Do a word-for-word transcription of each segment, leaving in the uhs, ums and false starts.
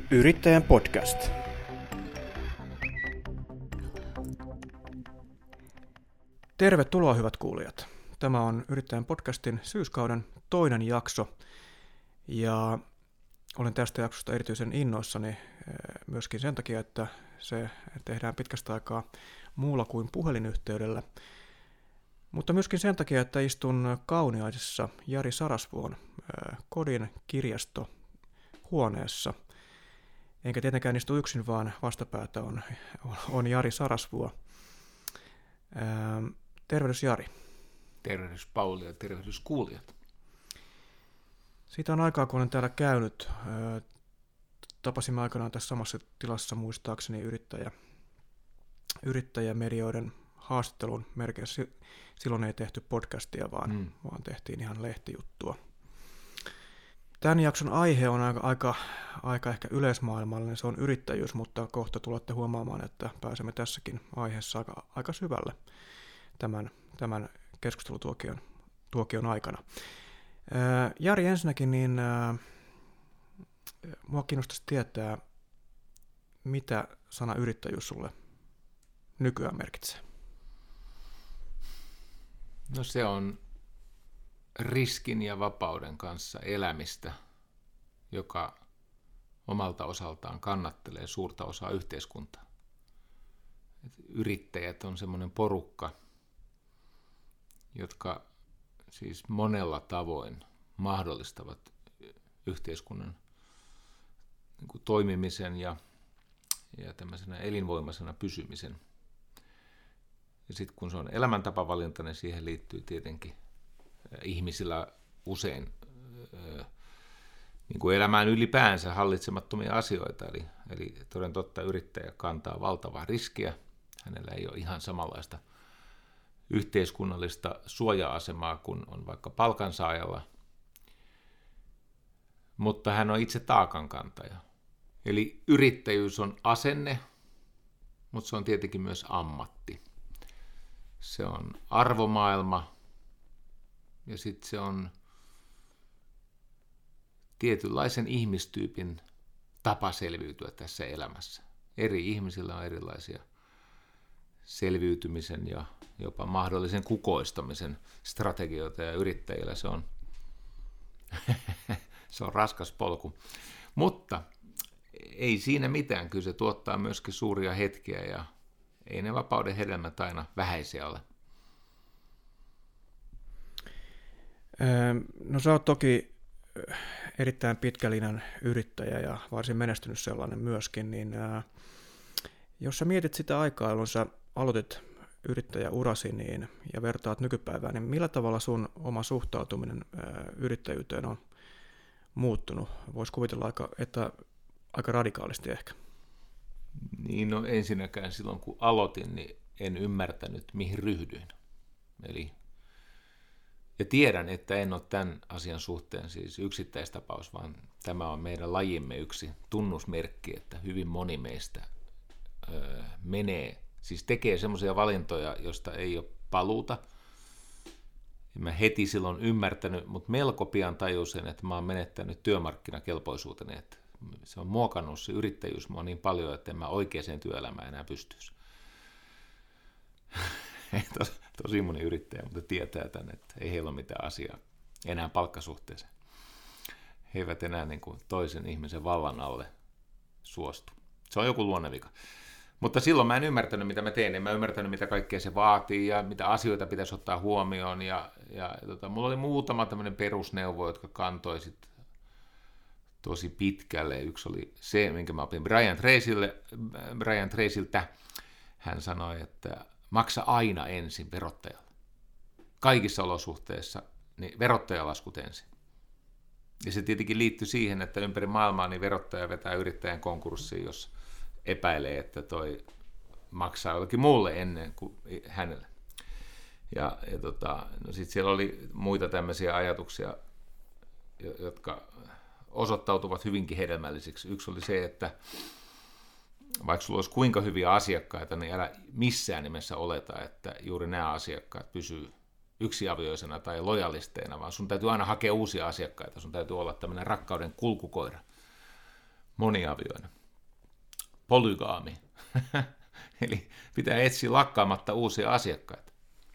Yrittäjän podcast. Tervetuloa hyvät kuulijat. Tämä on Yrittäjän podcastin syyskauden toinen jakso. Ja olen tästä jaksosta erityisen innoissani myöskin sen takia, että se tehdään pitkästä aikaa muulla kuin puhelinyhteydellä. Mutta myöskin sen takia, että istun Kauniaisissa Jari Sarasvuon kodin kirjastohuoneessa. Enkä tietenkään istu yksin, vaan vastapäätä on, on Jari Sarasvuo. Tervehdys Jari. Tervehdys Pauli ja tervehdys kuulijat. Siitä on aikaa, kun olen täällä käynyt. Tapasimme aikanaan tässä samassa tilassa muistaakseni yrittäjä, yrittäjämedioiden haastattelun merkeissä. Silloin ei tehty podcastia, vaan, mm. vaan tehtiin ihan lehtijuttua. Tämän jakson aihe on aika, aika, aika ehkä yleismaailmallinen, se on yrittäjyys, mutta kohta tulette huomaamaan, että pääsemme tässäkin aiheessa aika, aika syvälle tämän, tämän keskustelutuokion tuokion aikana. Ää, Jari, ensinnäkin, niin ää, mua kiinnostaisi tietää, mitä sana yrittäjyys sulle nykyään merkitsee? No se on riskin ja vapauden kanssa elämistä, joka omalta osaltaan kannattelee suurta osaa yhteiskuntaa. Yrittäjät on semmoinen porukka, jotka siis monella tavoin mahdollistavat yhteiskunnan niin kuin toimimisen ja, ja tämmöisenä elinvoimaisena pysymisen. Ja sitten kun se on elämäntapavalinta, niin siihen liittyy tietenkin ihmisillä usein niin kuin elämään ylipäänsä hallitsemattomia asioita. Eli, eli toden totta yrittäjä kantaa valtavaa riskiä. Hänellä ei ole ihan samanlaista yhteiskunnallista suoja-asemaa kuin on vaikka palkansaajalla, mutta hän on itse taakankantaja. Eli yrittäjyys on asenne, mutta se on tietenkin myös ammatti. Se on arvomaailma ja sitten se on tietynlaisen ihmistyypin tapa selviytyä tässä elämässä. Eri ihmisillä on erilaisia selviytymisen ja jopa mahdollisen kukoistamisen strategioita ja yrittäjillä se on, se on raskas polku. Mutta ei siinä mitään, kyllä se tuottaa myöskin suuria hetkiä ja ei ne vapauden hedelmät aina vähäisiä ole. No sä oot toki erittäin pitkälinjan yrittäjä ja varsin menestynyt sellainen myöskin, niin jos sä mietit sitä aikaa, jolloin sä aloitit yrittäjäurasi niin, ja vertaat nykypäivään, niin millä tavalla sun oma suhtautuminen yrittäjyyteen on muuttunut? Voisi kuvitella, aika, että aika radikaalisti ehkä. Niin, no ensinnäkään silloin kun aloitin, niin en ymmärtänyt, mihin ryhdyin. Eli, ja tiedän, että en ole tämän asian suhteen siis yksittäistapaus, vaan tämä on meidän lajimme yksi tunnusmerkki, että hyvin moni meistä öö, menee, siis tekee semmoisia valintoja, joista ei ole paluuta. Ja mä heti silloin ymmärtänyt, mutta melko pian tajusin, että mä oon menettänyt työmarkkinakelpoisuuteni, että se on muokannut se yrittäjyys mua niin paljon, että en mä oikeaan työelämään enää pystyisi. Tos, tosi moni yrittäjä, mutta tietää tämän, että ei heillä ole mitään asiaa enää palkkasuhteeseen. He eivät enää niin kuin toisen ihmisen vallan alle suostu. Se on joku luonnevika. Mutta silloin mä en ymmärtänyt, mitä mä teen. En mä ymmärtänyt, mitä kaikkea se vaatii ja mitä asioita pitäisi ottaa huomioon. Ja, ja tota, mulla oli muutama tämmöinen perusneuvo, jotka kantoi sit tosi pitkälle. Yksi oli se, minkä mä opin Brian Tracylle, Brian Tracyltä. Hän sanoi, että maksa aina ensin verottajalle. Kaikissa olosuhteissa niin verottajalaskut ensin. Ja se tietenkin liittyy siihen, että ympäri maailmaa niin verottaja vetää yrittäjän konkurssiin, jos epäilee, että toi maksaa jollekin muulle ennen kuin hänelle. Ja, ja tota, no sit siellä oli muita tämmöisiä ajatuksia, jotka osoittautuvat hyvinkin hedelmällisiksi. Yksi oli se, että vaikka sulla olisi kuinka hyviä asiakkaita, niin älä missään nimessä oleta, että juuri nämä asiakkaat pysyy yksiavioisena tai lojalisteina, vaan sun täytyy aina hakea uusia asiakkaita, sun täytyy olla tämmöinen rakkauden kulkukoira. moniavioinen, polygaami. Eli pitää etsiä lakkaamatta uusia asiakkaita.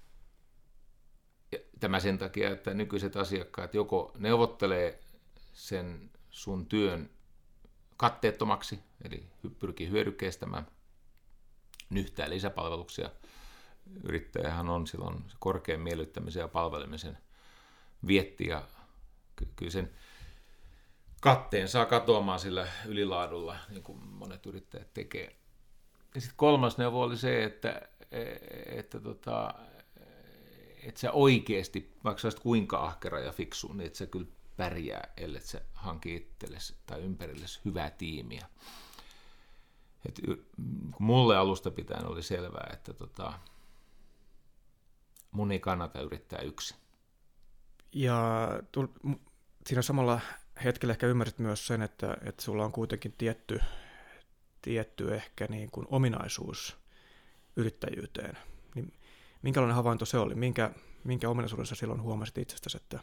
Ja tämä sen takia, että nykyiset asiakkaat joko neuvottelee sen sun työn katteettomaksi, eli pyrkii hyödykkeestämään, nyhtää lisäpalveluksia. Yrittäjähän on silloin korkean miellyttämisen ja palvelemisen vietti, ja kyllä sen katteen saa katoamaan sillä ylilaadulla, niin kuin monet yrittäjät tekee. Ja sitten kolmas neuvo oli se, että, että, tota, että sä oikeasti, vaikka sä olisit kuinka ahkera ja fiksu, niin et sä kyllä pärjää, ellei sä hanki itsellesi tai ympärillesi hyvää tiimiä. Et mulle alusta pitäen oli selvää, että tota, mun ei kannata yrittää yksin. Ja tull, siinä samalla hetkellä ehkä ymmärsit myös sen, että, että sulla on kuitenkin tietty, tietty ehkä niin kuin ominaisuus yrittäjyyteen. Niin minkälainen havainto se oli? Minkä, minkä ominaisuuden sä silloin huomasit itsestäsi, että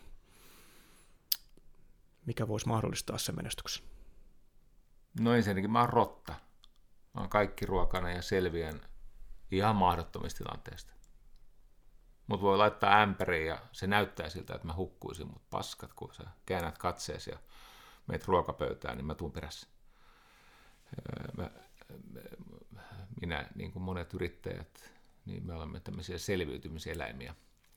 mikä voisi mahdollistaa sen menestyksen? No ensinnäkin mä oon rotta. Mä oon kaikki ruokainen ja selviän ihan mahdottomista tilanteista. Mut voi laittaa ämpäriin ja se näyttää siltä, että mä hukkuisin, mutta paskat, kun sä käännät katseesi ja meet ruokapöytään, niin mä tuun perässä. Mä, minä, niin kuin monet yrittäjät, niin me olemme tämmöisiä selviytymiseläimiä.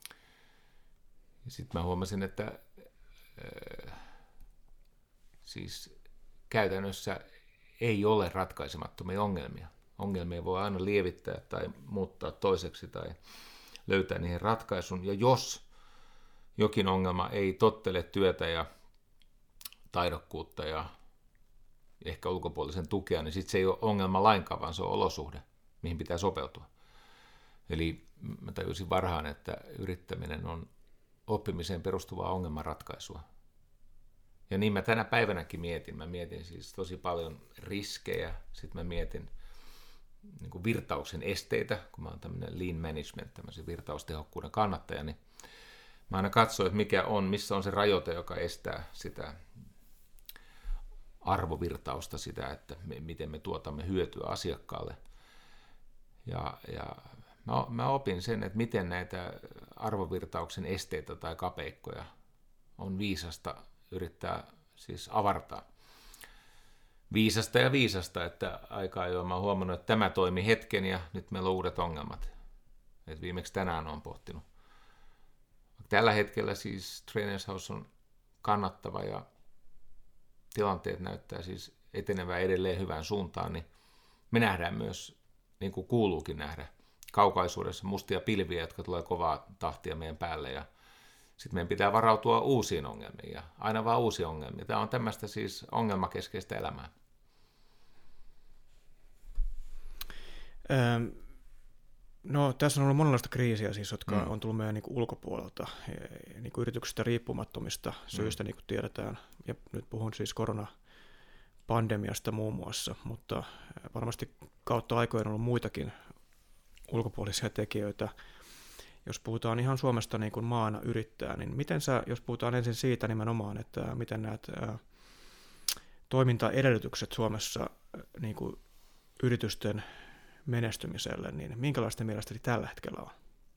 Ja sitten mä huomasin, että äh, siis käytännössä ei ole ratkaisemattomia ongelmia. Ongelmia voi aina lievittää tai muuttaa toiseksi tai löytää niihin ratkaisun. Ja jos jokin ongelma ei tottele työtä ja taidokkuutta ja ehkä ulkopuolisen tukea, niin sitten se ei ole ongelma lainkaan, vaan se on olosuhde, mihin pitää sopeutua. Eli mä tajusin varhaan, että yrittäminen on oppimiseen perustuvaa ongelmanratkaisua. Ja niin mä tänä päivänäkin mietin. Mä mietin siis tosi paljon riskejä, sitten mä mietin niin kuin virtauksen esteitä, kun mä oon tämmöinen lean management, tämmöisen virtaustehokkuuden kannattaja, niin mä aina katsoin, että mikä on, missä on se rajoite, joka estää sitä arvovirtausta, sitä, että me, miten me tuotamme hyötyä asiakkaalle. Ja, ja mä, mä opin sen, että miten näitä arvovirtauksen esteitä tai kapeikkoja on viisasta yrittää siis avartaa. Viisasta ja viisasta, että aikaa jo mä oon huomannut, että tämä toimi hetken ja nyt meillä on uudet ongelmat. Et viimeksi tänään on pohtinut. Tällä hetkellä siis Trainers House on kannattava ja tilanteet näyttää siis etenevää edelleen hyvään suuntaan, niin me nähdään myös, niin kuin kuuluukin nähdä, kaukaisuudessa mustia pilviä, jotka tulee kovaa tahtia meidän päälle, ja sitten meidän pitää varautua uusiin ongelmiin, ja aina vaan uusia ongelmia. Tämä on tämmöistä siis ongelmakeskeistä elämää. Ähm, no, tässä on ollut monenlaista kriisiä, siis, jotka mm. on tullut meidän niin kuin ulkopuolelta, niin kuin yrityksistä riippumattomista syistä, mm. niin kuin tiedetään, ja nyt puhun siis koronapandemiasta muun muassa, mutta varmasti kautta aikojen on ollut muitakin ulkopuolisia tekijöitä. Jos puhutaan ihan Suomesta niin kuin maana yrittää, niin miten sä, jos puhutaan ensin siitä nimenomaan, että miten näet ää, toimintaedellytykset Suomessa niin kuin yritysten menestymiselle, niin minkälaista mielestäsi tällä hetkellä on?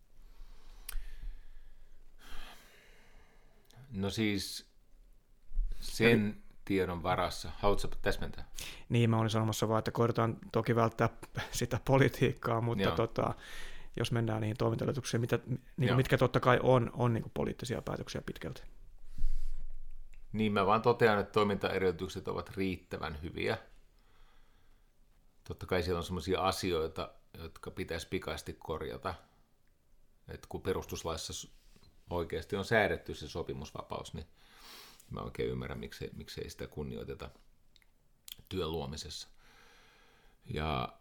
No siis sen ja, tiedon varassa. Haluatko täsmentää? Niin, mä olin sanomassa vaan, että koitetaan toki välttää sitä politiikkaa, mutta tota, jos mennään niihin toimintaedellytyksiin, mitä, niin mitkä totta kai on, on niin kuin poliittisia päätöksiä pitkälti. Niin, mä vaan totean, että toimintaedellytykset ovat riittävän hyviä. Totta kai siellä on sellaisia asioita, jotka pitäisi pikaisesti korjata. Että kun perustuslaissa oikeasti on säädetty se sopimusvapaus, niin mä oikein ymmärrän, miksei, miksei sitä kunnioiteta työn luomisessa. Ja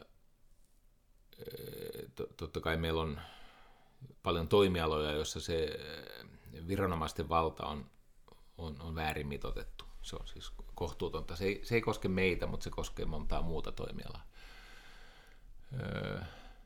totta kai meillä on paljon toimialoja, joissa se viranomaisten valta on, on, on väärin mitoitettu. Se on siis kohtuutonta. Se ei, se ei koske meitä, mutta se koskee montaa muuta toimialaa. Öö,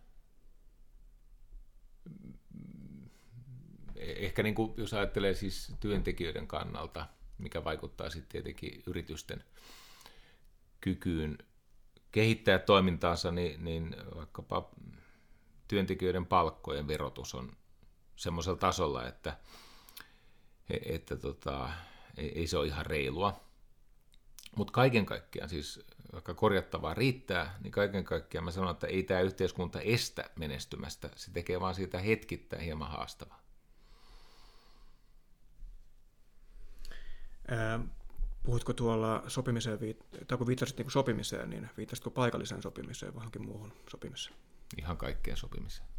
ehkä niin kuin, jos ajattelee siis työntekijöiden kannalta, mikä vaikuttaa sitten tietenkin yritysten kykyyn kehittää toimintaansa, niin, niin vaikkapa työntekijöiden palkkojen verotus on semmoisella tasolla, että, että tota, ei, ei se ole ihan reilua. Mutta kaiken kaikkiaan, siis vaikka korjattavaa riittää, niin kaiken kaikkiaan mä sanon, että ei tämä yhteiskunta estä menestymästä, se tekee vaan siitä hetkittäin hieman haastavaa. Ää, puhutko tuolla sopimiseen, tai kun viittasit niin sopimiseen, niin viittasitko paikalliseen sopimiseen vai johonkin muuhun sopimiseen? Ihan kaikkeen sopimiseen.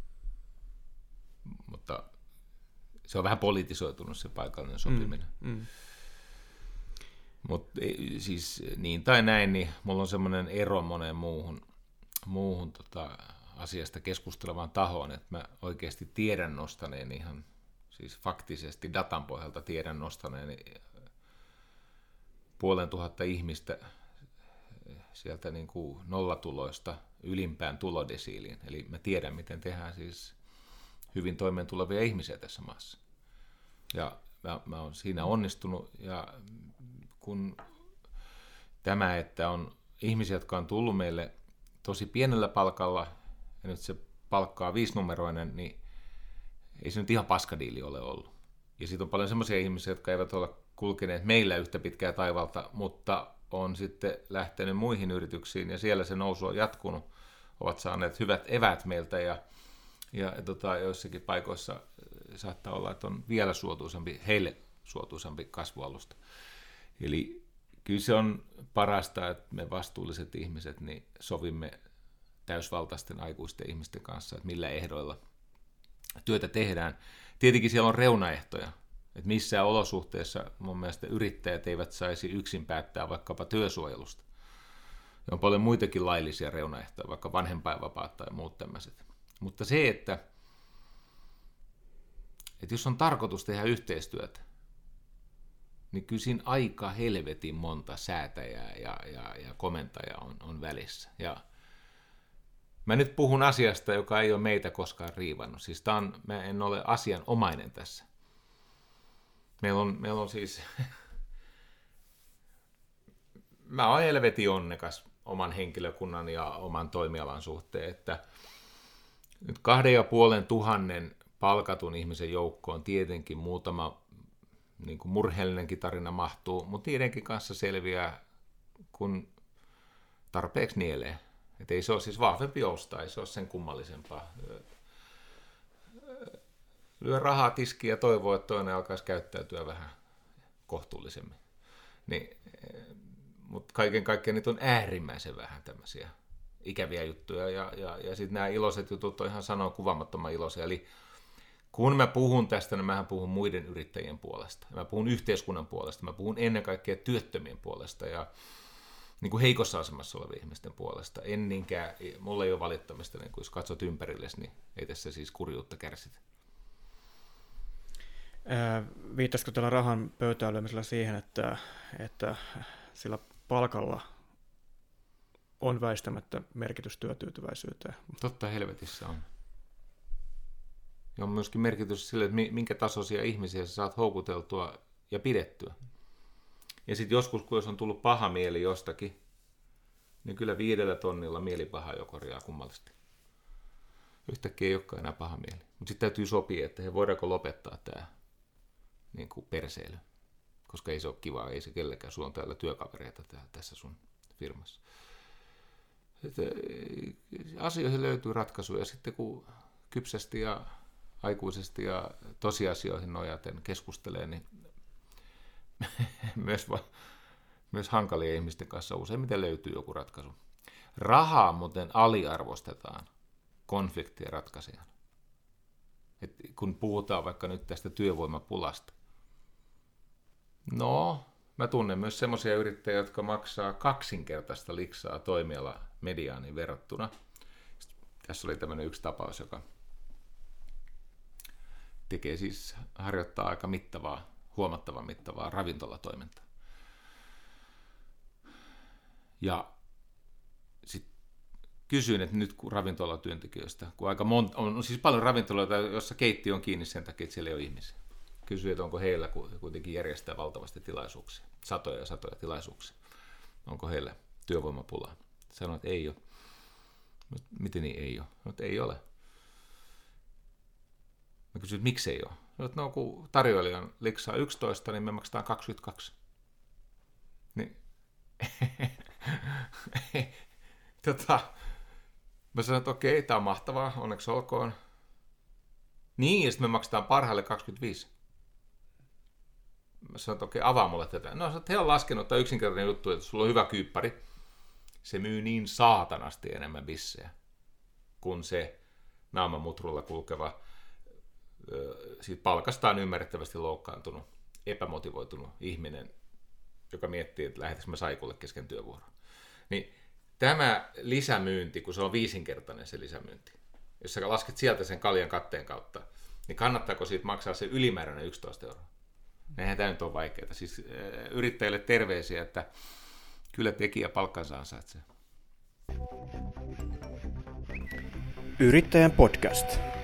Mutta se on vähän politisoitunut se paikallinen sopiminen. Mm, mm. Mutta siis niin tai näin, niin mulla on semmoinen ero moneen muuhun, muuhun tota, asiasta keskustelevaan tahoon, että mä oikeasti tiedän nostaneen ihan, siis faktisesti datan pohjalta tiedän nostaneen puolen tuhatta ihmistä sieltä niin kuin nollatuloista ylimpään tulodesiiliin. Eli mä tiedän, miten tehdään siis hyvin toimeentulevia ihmisiä tässä maassa. Ja mä, mä oon siinä onnistunut, ja kun tämä, että on ihmisiä, jotka on tullut meille tosi pienellä palkalla, ja nyt se palkka on viisinumeroinen, niin ei se nyt ihan paskadiili ole ollut. Ja sitten on paljon semmoisia ihmisiä, jotka eivät ole kulkeneet meillä yhtä pitkää taivalta, mutta on sitten lähtenyt muihin yrityksiin, ja siellä se nousu on jatkunut, ovat saaneet hyvät evät meiltä, ja, ja tota, joissakin paikoissa saattaa olla, että on vielä suotuisampi, heille suotuisampi kasvualusta. Eli kyllä se on parasta, että me vastuulliset ihmiset niin sovimme täysvaltaisten aikuisten ihmisten kanssa, että millä ehdoilla työtä tehdään. Tietenkin siellä on reunaehtoja, että missään olosuhteessa mun mielestä yrittäjät eivät saisi yksin päättää vaikkapa työsuojelusta. Ja on paljon muitakin laillisia reunaehtoja, vaikka vanhempainvapaat tai muut tämmöiset. Mutta se, että, että jos on tarkoitus tehdä yhteistyötä, niin kyllä siinä aika helvetin monta säätäjää ja, ja, ja komentajaa on, on välissä. Ja mä nyt puhun asiasta, joka ei ole meitä koskaan riivannut. Siis tää on, mä en ole asianomainen tässä. Meillä on, meillä on siis... mä oon helvetin onnekas oman henkilökunnan ja oman toimialan suhteen, että nyt kahden ja puolen tuhannen palkatun ihmisen joukkoon tietenkin muutama niin kuin murheellinenkin tarina mahtuu, mutta niidenkin kanssa selviää, kun tarpeeksi nielee. Että ei se ole siis vahvempi ostaa, ei se ole sen kummallisempaa. Lyö rahaa tiskiin ja toivoo, että toinen alkaisi käyttäytyä vähän kohtuullisemmin. Niin, mutta kaiken kaikkiaan niitä on äärimmäisen vähän tämmöisiä ikäviä juttuja, ja, ja, ja sitten nämä iloiset jutut on ihan sanoa kuvaamattoman iloisia. Eli kun mä puhun tästä, niin mähän puhun muiden yrittäjien puolesta. Mä puhun yhteiskunnan puolesta, mä puhun ennen kaikkea työttömien puolesta ja niin kuin heikossa asemassa olevien ihmisten puolesta. En niinkään, mulla ei ole valittamista, niin kun jos katsot ympärillesi, niin ei tässä siis kurjuutta kärsitä. Ää, viittasitko tällä rahan pöytään lyömisellä siihen, että, että sillä palkalla on väistämättä merkitys työtyytyväisyyteen? Totta helvetissä on. Ja on myöskin merkitys sille, että minkä tasoisia ihmisiä sä saat houkuteltua ja pidettyä. Ja sitten joskus, kun jos on tullut paha mieli jostakin, niin kyllä viidellä tonnilla mielipaha jo korjaa kummallisesti. Yhtäkkiä ei olekaan enää paha mieli. Mutta sitten täytyy sopia, että he voidaanko lopettaa tämä niin kuin perseily. Koska ei se ole kivaa, ei se kellekään. Sulla on täällä työkavereita täällä, tässä sun firmassa. Että asioihin löytyy ratkaisuja. Sitten kun kypsästi ja aikuisesti ja tosiasioihin nojaten keskustelee, niin myös, myös hankalien ihmisten kanssa useimmiten löytyy joku ratkaisu. Rahaa muuten aliarvostetaan konfliktien ratkaisijana. Et kun puhutaan vaikka nyt tästä työvoimapulasta. No, mä tunnen myös semmoisia yrittäjiä, jotka maksaa kaksinkertaista liksaa toimiala mediaaniin verrattuna. Tässä oli tämmöinen yksi tapaus, joka tekee siis, harjoittaa aika mittavaa, huomattavan mittavaa ravintolatoimintaa. Ja sitten kysyin, että nyt kun ravintolatyöntekijöistä, kun aika monta, on siis paljon ravintoloita, jossa keittiö on kiinni sen takia, että siellä ei ole ihmisiä. Kysyin, että onko heillä kuitenkin järjestää valtavasti tilaisuuksia, satoja ja satoja tilaisuuksia. Onko heillä työvoimapulaa. Sanoin, että ei ole. Miten niin ei ole? No, että ei ole. Mä kysyin, että miksi ei ole? No, no kun tarjoilijan liksaa yksitoista, niin me maksetaan kaksikymmentäkaksi. Niin. tota, mä sanoin, että okei, tää on mahtavaa, onneksi olkoon. Niin, ja sitten me maksetaan parhaalle kaksikymmentäviisi. Mä sanoin, että okei, avaa mulle tätä. No, että he on laskenut, että yksinkertainen juttu, että sulla on hyvä kyyppäri. Se myy niin saatanasti enemmän bissejä kuin se naamamutrulla kulkeva, siitä palkastaan ymmärrettävästi loukkaantunut, epämotivoitunut ihminen, joka miettii, että lähdetäänkö mä saikulle kesken työvuoroon. Niin tämä lisämyynti, kun se on viisinkertainen se lisämyynti, jos sä lasket sieltä sen kaljan katteen kautta, niin kannattaako siitä maksaa se ylimääräinen yksitoista euroa? Eihän tämä nyt ole vaikeaa. Siis yrittäjille terveisiä, että kyllä tekijä palkkansa ansaitsee. Yrittäjän podcast.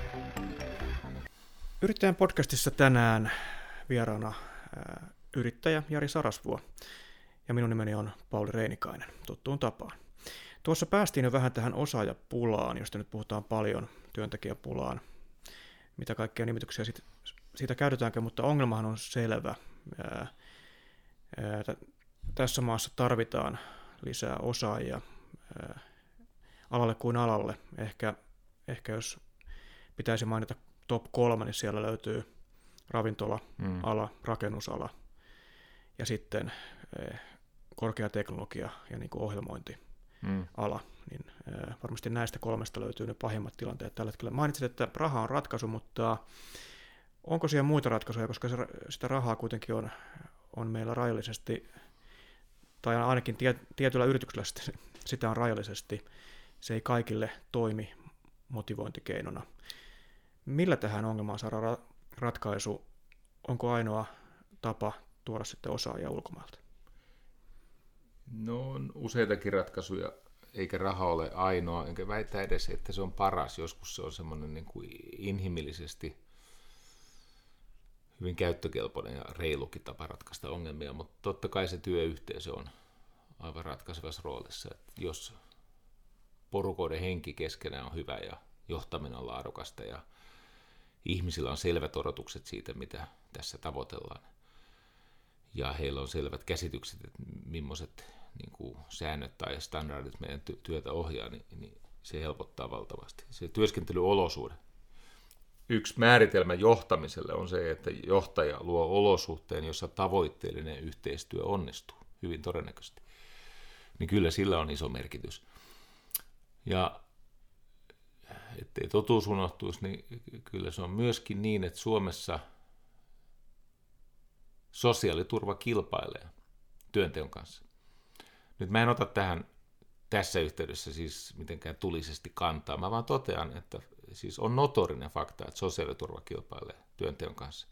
Yrittäjän podcastissa tänään vieraana ää, yrittäjä Jari Sarasvuo. Ja minun nimeni on Pauli Reinikainen, tuttuun tapaan. Tuossa päästiin jo vähän tähän osaajapulaan, josta nyt puhutaan paljon, työntekijäpulaan. Mitä kaikkia nimityksiä siitä, siitä käytetäänkö, mutta ongelmahan on selvä. Ää, ää, t- tässä maassa tarvitaan lisää osaajia ää, alalle kuin alalle. Ehkä, ehkä jos pitäisi mainita top kolme, niin siellä löytyy ravintola-ala, mm. rakennusala ja sitten ää, korkea teknologia ja niin kuin ohjelmointiala. Mm. Niin, ää, varmasti näistä kolmesta löytyy ne pahimmat tilanteet tällä hetkellä. Mainitsit, että raha on ratkaisu, mutta onko siellä muita ratkaisuja, koska se, sitä rahaa kuitenkin on, on meillä rajallisesti, tai ainakin tie, tietyllä yrityksellä sitä on rajallisesti. Se ei kaikille toimi motivointikeinona. Millä tähän ongelmaan saadaan ratkaisu? Onko ainoa tapa tuoda sitten osaajia ulkomailta? No on useitakin ratkaisuja, eikä raha ole ainoa, enkä väitä edes, että se on paras. Joskus se on semmoinen niin kuin inhimillisesti hyvin käyttökelpoinen ja reilukin tapa ratkaista ongelmia, mutta totta kai se työyhteisö on aivan ratkaisevassa roolissa. Että jos porukoiden henki keskenään on hyvä ja johtaminen on laadukasta ja ihmisillä on selvät odotukset siitä, mitä tässä tavoitellaan, ja heillä on selvät käsitykset, että millaiset niin kuin säännöt tai standardit meidän työtä ohjaa, niin, niin se helpottaa valtavasti. Se työskentelyolosuhde. Yksi määritelmä johtamiselle on se, että johtaja luo olosuhteen, jossa tavoitteellinen yhteistyö onnistuu hyvin todennäköisesti. Niin kyllä sillä on iso merkitys. Ja ettei totuus unohtuisi, niin kyllä se on myöskin niin, että Suomessa sosiaaliturva kilpailee työnteon kanssa. Nyt mä en ota tähän tässä yhteydessä siis mitenkään tulisesti kantaa, mä vaan totean, että siis on notorinen fakta, että sosiaaliturva kilpailee työnteon kanssa.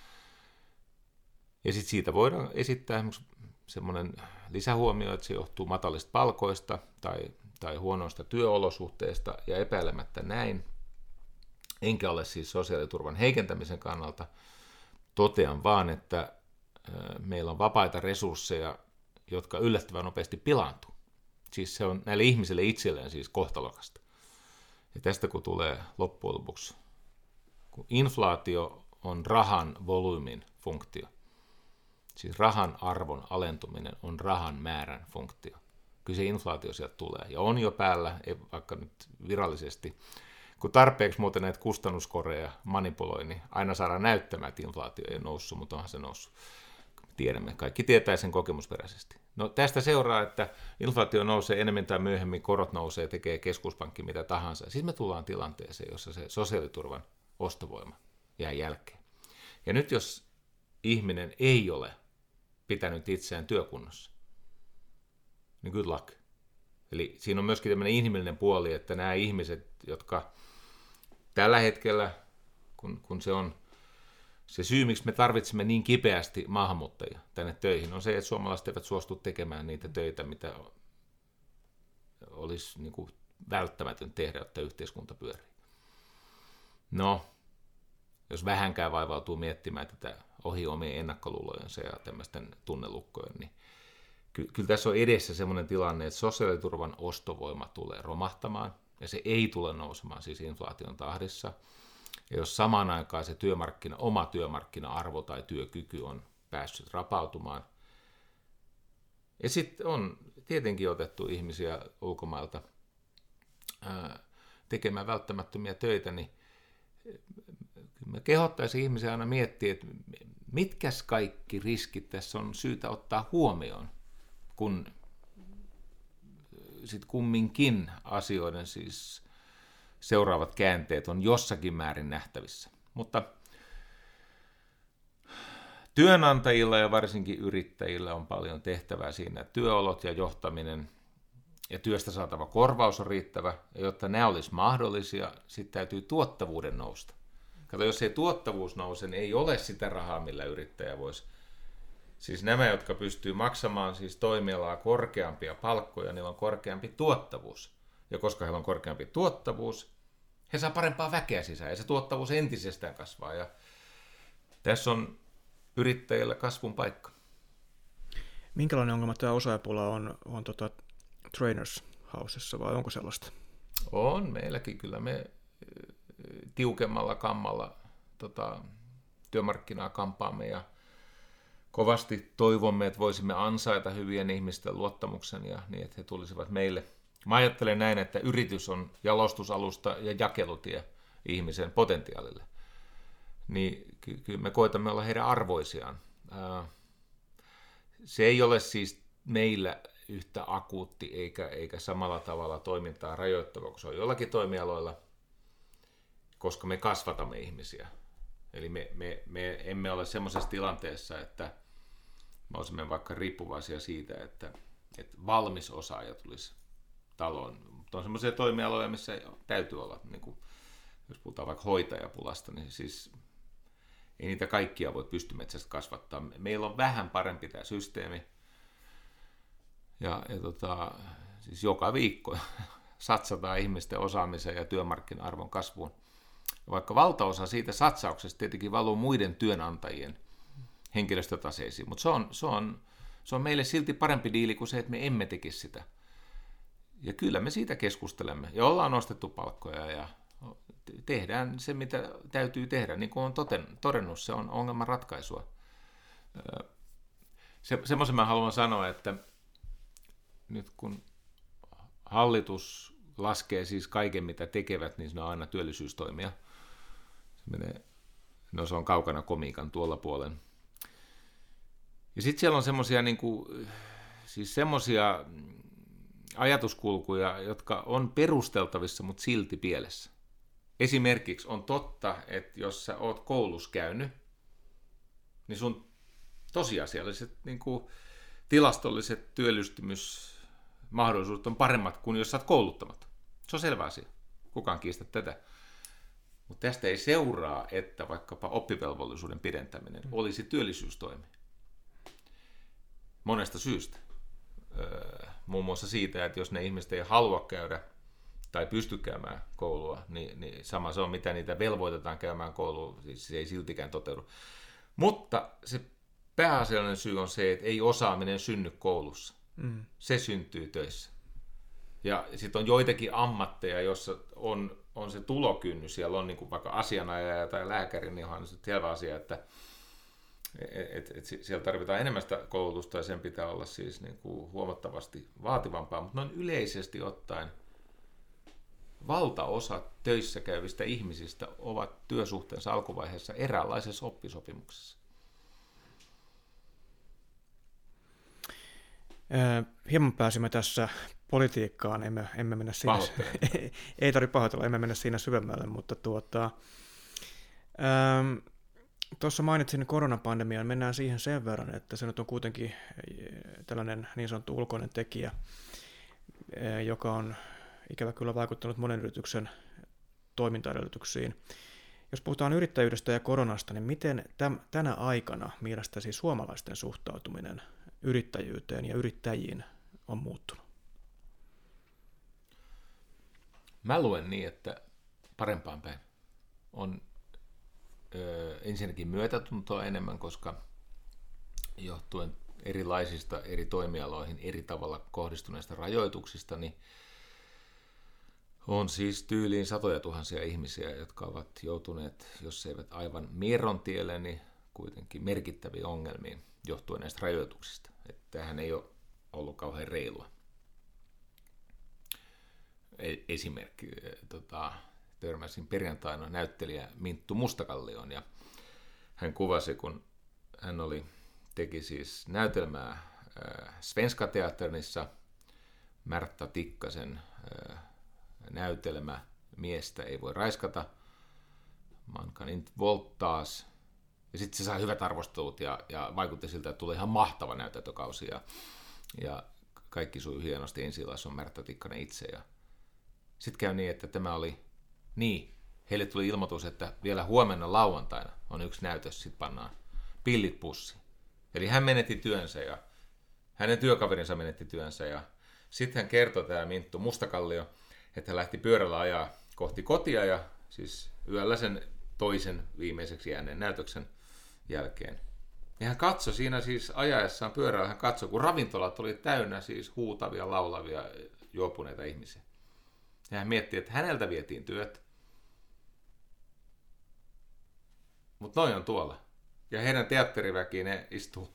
Ja sitten siitä voidaan esittää semmoinen lisähuomio, että se johtuu matalista palkoista tai, tai huonoista työolosuhteista, ja epäilemättä näin. Enkä ole siis sosiaaliturvan heikentämisen kannalta. Totean vaan, että meillä on vapaita resursseja, jotka yllättävän nopeasti pilaantuu. Siis se on näille ihmisille itselleen siis kohtalokasta. Ja tästä kun tulee loppujen lopuksi, kun inflaatio on rahan volyymin funktio, siis rahan arvon alentuminen on rahan määrän funktio. Kyllä se inflaatio sieltä tulee, ja on jo päällä, ei vaikka nyt virallisesti, kun tarpeeksi muuten näitä kustannuskoreja manipuloi, niin aina saadaan näyttämään, että inflaatio ei noussut, mutta onhan se noussut. Tiedämme, kaikki tietää sen kokemusperäisesti. No tästä seuraa, että inflaatio nousee enemmän tai myöhemmin, korot nousee, tekee keskuspankki mitä tahansa. Siis me tullaan tilanteeseen, jossa se sosiaaliturvan ostovoima jää jälkeen. Ja nyt jos ihminen ei ole pitänyt itseään työkunnossa, niin good luck. Eli siinä on myöskin tämmöinen inhimillinen puoli, että nämä ihmiset, jotka tällä hetkellä, kun, kun se on se syy, miksi me tarvitsemme niin kipeästi maahanmuuttajia tänne töihin, on se, että suomalaiset eivät suostu tekemään niitä töitä, mitä olisi niin kuin välttämätön tehdä, jotta yhteiskunta pyörii. No, jos vähänkään vaivautuu miettimään tätä ohi omien ennakkoluulojensa ja tämmöisten tunnelukkojen, niin ky- kyllä tässä on edessä sellainen tilanne, että sosiaaliturvan ostovoima tulee romahtamaan, ja se ei tule nousemaan siis inflaation tahdissa. Ja jos samaan aikaan se työmarkkina, oma työmarkkina-arvo tai työkyky on päässyt rapautumaan, ja sitten on tietenkin otettu ihmisiä ulkomailta ää, tekemään välttämättömiä töitä, niin mä kehottaisin ihmisiä aina miettiä, että mitkäs kaikki riskit tässä on syytä ottaa huomioon, kun sitten kumminkin asioiden siis seuraavat käänteet on jossakin määrin nähtävissä. Mutta työnantajilla ja varsinkin yrittäjillä on paljon tehtävää siinä, että työolot ja johtaminen ja työstä saatava korvaus on riittävä, ja jotta nämä olisi mahdollisia, sitten täytyy tuottavuuden nousta. Kato, jos ei tuottavuus nouse, niin ei ole sitä rahaa, millä yrittäjä voisi. Siis nämä, jotka pystyy maksamaan siis toimialaa korkeampia palkkoja, niillä on korkeampi tuottavuus. Ja koska heillä on korkeampi tuottavuus, he saa parempaa väkeä sisään, ja se tuottavuus entisestään kasvaa. Ja tässä on yrittäjillä kasvun paikka. Minkälainen ongelma tämä osaajapula on, on tota Trainers Housessa, vai onko sellaista? On meilläkin kyllä. Me tiukemmalla kammalla tota, työmarkkinaa kampaamme ja kovasti toivomme, että voisimme ansaita hyvien ihmisten luottamuksen ja niin, että he tulisivat meille. Mä ajattelen näin, että yritys on jalostusalusta ja jakelutie ihmisen potentiaalille. Niin ky- kyllä me koetamme olla heidän arvoisiaan. Ää, se ei ole siis meillä yhtä akuutti eikä, eikä samalla tavalla toimintaa rajoittava, kun se on jollakin toimialoilla, koska me kasvatamme ihmisiä. Eli me, me, me emme ole semmoisessa tilanteessa, että me olisimme vaikka riippuvaisia siitä, että, että valmis osaaja tulisi taloon. Mutta on semmoisia toimialoja, missä täytyy olla, niin kuin, jos puhutaan vaikka hoitajapulasta, niin siis ei niitä kaikkia voi pystymetsästä kasvattaa. Meillä on vähän parempi tämä systeemi. Ja, ja tota, siis joka viikko satsataan ihmisten osaamiseen ja työmarkkina-arvon kasvuun. Vaikka valtaosa siitä satsauksesta tietenkin valuu muiden työnantajien henkilöstötaseisiin, mutta se on, se, on, se on meille silti parempi diili kuin se, että me emme tekisi sitä. Ja kyllä me siitä keskustelemme. Ja ollaan nostettu palkkoja ja tehdään se, mitä täytyy tehdä. Niin kuin on toten, todennut, se on ongelman ratkaisua. Se, semmoisen mä haluan sanoa, että nyt kun hallitus laskee siis kaiken, mitä tekevät, niin se on aina työllisyystoimia. Se menee, no se on kaukana komiikan tuolla puolen. Ja sitten siellä on semmoisia niin kuin, siis semmoisia ajatuskulkuja, jotka on perusteltavissa, mutta silti pielessä. Esimerkiksi on totta, että jos sä oot koulussa käynyt, niin sun tosiasialliset niin kuin tilastolliset työllistymysmahdollisuudet on paremmat kuin jos sä oot kouluttamatta. Se on selvä asia. Kukaan kiistä tätä. Mutta tästä ei seuraa, että vaikkapa oppivelvollisuuden pidentäminen olisi työllisyystoimi. Monesta syystä. Öö, muun muassa siitä, että jos ne ihmiset ei halua käydä tai pysty käymään koulua, niin, niin sama se on, mitä niitä velvoitetaan käymään koulua, siis se ei siltikään toteudu. Mutta se pääasiallinen syy on se, että ei osaaminen synny koulussa. Mm. Se syntyy töissä. Ja sitten on joitakin ammatteja, joissa on, on se tulokynnys, siellä on niin kuin vaikka asianajaja tai lääkäri, niin on se selvä asia, että et, et siellä tarvitaan enemmän sitä koulutusta ja sen pitää olla siis niin kuin huomattavasti vaativampaa, mutta noin yleisesti ottaen valtaosa töissä käyvistä ihmisistä ovat työsuhteensa alkuvaiheessa eräänlaisessa oppisopimuksessa. Hieman pääsimme tässä politiikkaan, emme, emme mennä siinä, ei, ei tarvitse pahoitella, emme mennä siinä syvemmälle, mutta tuota, ähm, tuossa mainitsin koronapandemian, mennään siihen sen verran, että se nyt on kuitenkin tällainen niin sanottu ulkoinen tekijä, joka on ikävä kyllä vaikuttanut monen yrityksen toimintaedellytyksiin. Jos puhutaan yrittäjyydestä ja koronasta, niin miten täm, tänä aikana mielestäsi suomalaisten suhtautuminen yrittäjyyteen ja yrittäjiin on muuttunut? Mä luen niin, että parempaan päin on ö, ensinnäkin myötätuntoa enemmän, koska johtuen erilaisista eri toimialoihin eri tavalla kohdistuneista rajoituksista, niin on siis tyyliin satoja tuhansia ihmisiä, jotka ovat joutuneet, jos eivät aivan mieron tielle, niin kuitenkin merkittäviin ongelmiin johtuen näistä rajoituksista. Että tämähän ei ole ollut kauhean reilua. Esimerkki, tota, törmäsin perjantaina näyttelijä Minttu Mustakallioon, ja hän kuvasi, kun hän oli, teki siis näytelmää äh, Svenska Teaternissa, Märta Tikkasen äh, näytelmä Miestä ei voi raiskata, Man kan inte våldtas, ja sitten se sai hyvät arvostelut, ja, ja vaikutti siltä, että tuli ihan mahtava näytäntökausi, ja, ja kaikki sujui hienosti. Ensi-illassa on Märta Tikkanen itse, ja sitten käy niin, että tämä oli, niin, heille tuli ilmoitus, että vielä huomenna lauantaina on yksi näytös, sitten pannaan pillit pussiin. Eli hän menetti työnsä, ja hänen työkaverinsa menetti työnsä, ja sitten hän kertoi, tämä Minttu Mustakallio, että hän lähti pyörällä ajaa kohti kotia, ja siis yöllä sen toisen viimeiseksi jääneen näytöksen jälkeen. Ja hän katsoi siinä siis ajaessaan pyörällä, hän katsoi, kun ravintolat oli täynnä siis huutavia, laulavia, juopuneita ihmisiä. Ja hän mietti, että häneltä vietiin työt. Mutta noin on tuolla. Ja heidän teatteriväki, ne istuu,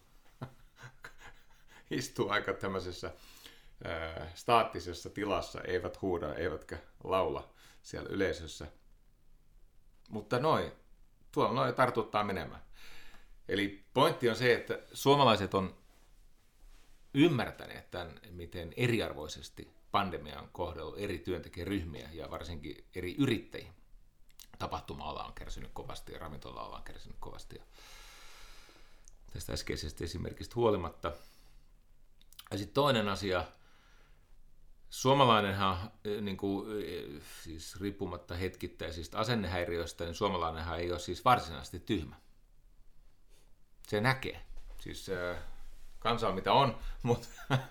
istuu aika tämmöisessä ää, staattisessa tilassa, eivät huuda, eivätkä laula siellä yleisössä. Mutta noin, tuolla noin tartuttaa menemään. Eli pointti on se, että suomalaiset on ymmärtäneet tämän, miten eriarvoisesti pandemia on kohdellut eri työntekijäryhmiä ja varsinkin eri yrittäjiä. Tapahtuma-ala on kärsinyt kovasti ja ravintola-ala on kärsinyt kovasti. Ja tästä äskeisestä esimerkistä huolimatta. Ja sitten toinen asia, suomalainenhan, niin kuin, siis riippumatta hetkittäisistä asennehäiriöistä, niin suomalainenhan ei ole siis varsinaisesti tyhmä. Se näkee. Siis kansa on mitä on, mutta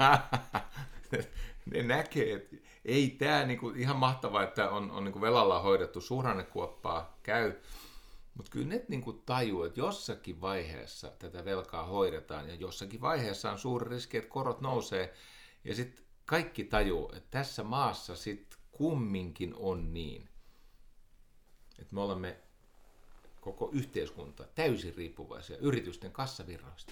ne näkee, että ei tämä niinku, ihan mahtavaa, että on, on niinku velalla hoidettu suhdannekuoppaa, käy, mutta kyllä ne niinku tajuu, että jossakin vaiheessa tätä velkaa hoidetaan ja jossakin vaiheessa on suuri riski, että korot nousee ja sitten kaikki tajuu, että tässä maassa sitten kumminkin on niin, että me olemme koko yhteiskunta täysin riippuvaisia yritysten kassavirroista.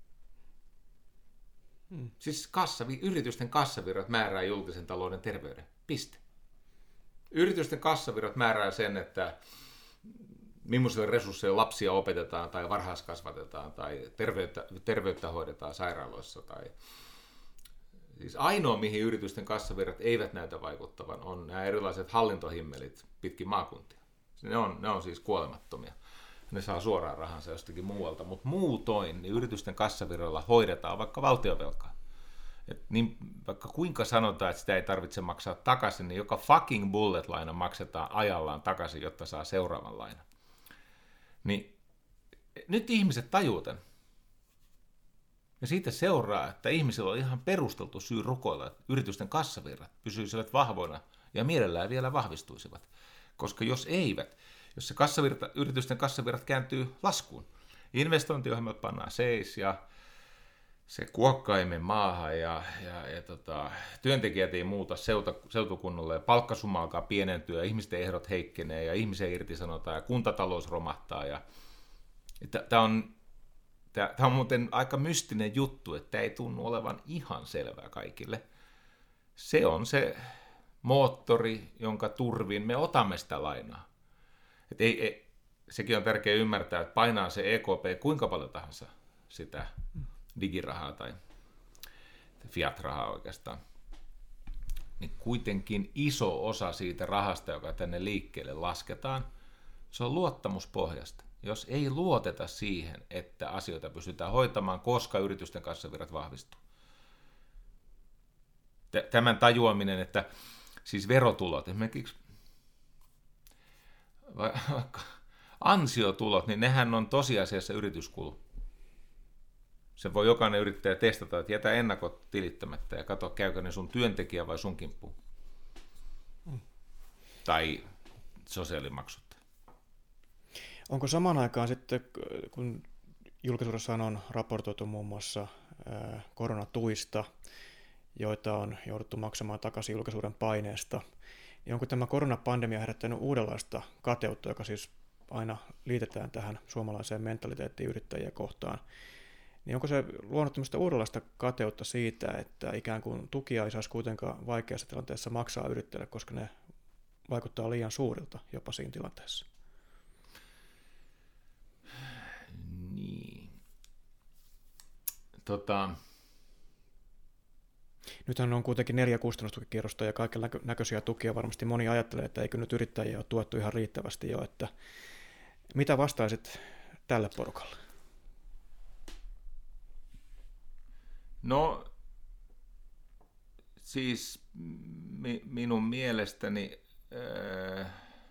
Hmm. Siis kassavi, yritysten kassavirrat määrää julkisen talouden terveyden. Piste. Yritysten kassavirrat määrää sen, että millaisilla resursseilla lapsia opetetaan tai varhaiskasvatetaan tai terveyttä, terveyttä hoidetaan sairaaloissa. Tai... Siis ainoa, mihin yritysten kassavirrat eivät näytä vaikuttavan, on nämä erilaiset hallintohimmelit pitkin maakuntia. Ne on, ne on siis kuolemattomia. Ne saa suoraan rahansa jostakin muualta, mutta muutoin niin yritysten kassavirroilla hoidetaan vaikka valtionvelkaa. Et niin, vaikka kuinka sanotaan, että sitä ei tarvitse maksaa takaisin, niin joka fucking bullet-laina maksetaan ajallaan takaisin, jotta saa seuraavan lainan. Niin nyt ihmiset tajuu tämän. Ja siitä seuraa, että ihmisillä on ihan perusteltu syy rukoilla, että yritysten kassavirrat pysyisivät vahvoina ja mielellään vielä vahvistuisivat. Koska jos eivät, jos se kassavirta, yritysten kassavirrat kääntyy laskuun, investointiohjelmat pannaan seis ja se kuokka ei mene maahan ja, ja, ja tota, työntekijät ei muuta seuta, seutukunnalle ja palkkasumma alkaa pienentyä ja ihmisten ehdot heikkenee ja ihmisiä irtisanotaan ja kuntatalous romahtaa. Tämä on, on muuten aika mystinen juttu, että tämä ei tunnu olevan ihan selvää kaikille. Se on se moottori, jonka turvin me otamme sitä lainaa. Et ei, ei, sekin on tärkeää ymmärtää, että painaa se E K P kuinka paljon tahansa sitä digirahaa tai fiat-rahaa oikeastaan, niin kuitenkin iso osa siitä rahasta, joka tänne liikkeelle lasketaan, se on luottamuspohjasta. Jos ei luoteta siihen, että asioita pystytään hoitamaan, koska yritysten kassavirrat vahvistuu. Tämän tajuaminen, että siis verotulot, esimerkiksi vaikka ansiotulot, niin nehän on tosiasiassa yrityskulu. Se voi jokainen yrittäjä testata, että jätä ennakot tilittämättä ja katso, käykö ne sun työntekijä vai sun kimppuun. Mm. Tai sosiaalimaksut. Onko samaan aikaan sitten, kun julkisuudessa on raportoitu muun muassa koronatuista, joita on jouduttu maksamaan takaisin julkisuuden paineesta. Niin onko tämä koronapandemia herättänyt uudenlaista kateutta, joka siis aina liitetään tähän suomalaiseen mentaliteettiin yrittäjiä kohtaan, niin onko se luonut tämmöistä uudenlaista kateutta siitä, että ikään kuin tukia ei saisi kuitenkaan vaikeassa tilanteessa maksaa yrittäjille, koska ne vaikuttaa liian suurilta jopa siinä tilanteessa? Niin. Tota... Nythän on kuitenkin neljä kustannustukikierrosta ja kaiken näköisiä tukia. Varmasti moni ajattelee, että eikö nyt yrittäjiä ole tuettu ihan riittävästi jo. Että mitä vastaisit tälle porukalle? No, siis mi- minun mielestäni äh,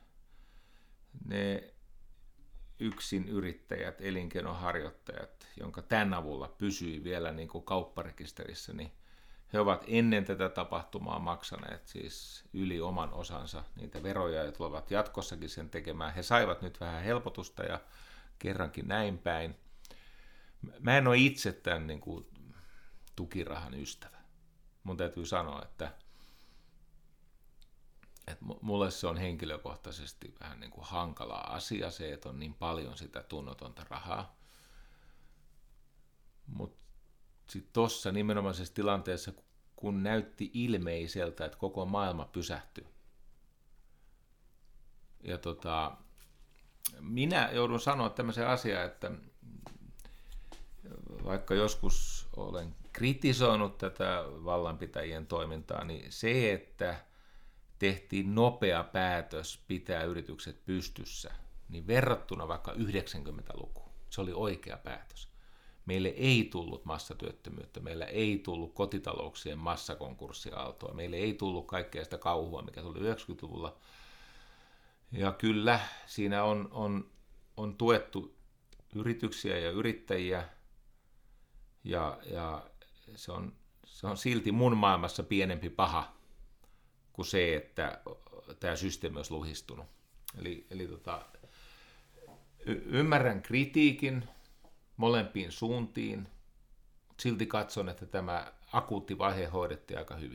ne yksin yrittäjät, elinkeinoharjoittajat, jonka tämän avulla pysyi vielä niin kuin kaupparekisterissä, niin he ovat ennen tätä tapahtumaa maksaneet siis yli oman osansa niitä veroja ja tulevat jatkossakin sen tekemään. He saivat nyt vähän helpotusta ja kerrankin näin päin. Mä en ole itse tämän niin kuin tukirahan ystävä. Mun täytyy sanoa, että, että mulle se on henkilökohtaisesti vähän niin kuin hankala asia se, että on niin paljon sitä tunnotonta rahaa. Mutta sitten tuossa nimenomaisessa tilanteessa, kun näytti ilmeiseltä, että koko maailma pysähtyi. Ja tota, minä joudun sanoa tämmöisen asian, että vaikka joskus olen kritisoinut tätä vallanpitäjien toimintaa, niin se, että tehtiin nopea päätös pitää yritykset pystyssä, niin verrattuna vaikka yhdeksänkymmentälukuun, se oli oikea päätös. Meille ei tullut massatyöttömyyttä, meillä ei tullut kotitalouksien massakonkurssiaaltoa, meille ei tullut kaikkea sitä kauhua, mikä tuli yhdeksänkymmentäluvulla. Ja kyllä siinä on, on, on tuettu yrityksiä ja yrittäjiä, ja, ja se, on, se on silti mun maailmassa pienempi paha kuin se, että tämä systeemi olisi luhistunut. Eli, eli tota, y- ymmärrän kritiikin molempiin suuntiin, silti katson, että tämä akuutti vaihe hoidettiin aika hyvin.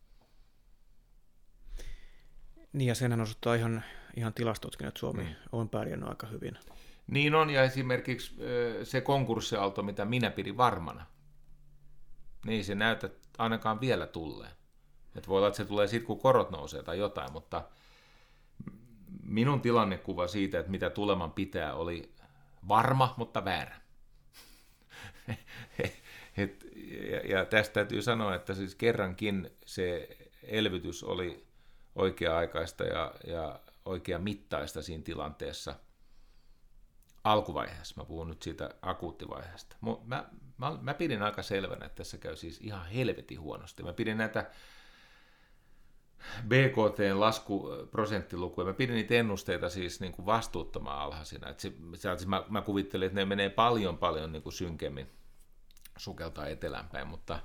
Niin, ja senhän osoittaa ihan, ihan tilastotkin, että Suomi mm. on pärjännyt aika hyvin. Niin on, ja esimerkiksi se konkurssiaalto, mitä minä pidin varmana, niin ei se näytä ainakaan vielä tulleen. Että voi olla, että se tulee sitten, kun korot nousee tai jotain, mutta minun tilannekuva siitä, että mitä tuleman pitää, oli varma, mutta väärä. Et, ja, ja tästä täytyy sanoa, että siis kerrankin se elvytys oli oikea-aikaista ja, ja oikea-mittaista siinä tilanteessa alkuvaiheessa. Mä puhun nyt siitä akuuttivaiheesta. Mä, mä, mä pidin aika selvänä, että tässä käy siis ihan helvetin huonosti. Mä pidin näitä B K T:n laskuprosenttilukuja, mä pidin niitä ennusteita siis niin kuin vastuuttoman alhaisina. Et se, se, mä, mä kuvittelin, että ne menee paljon paljon niin kuin synkemmin sukeltaa etelänpäin, mutta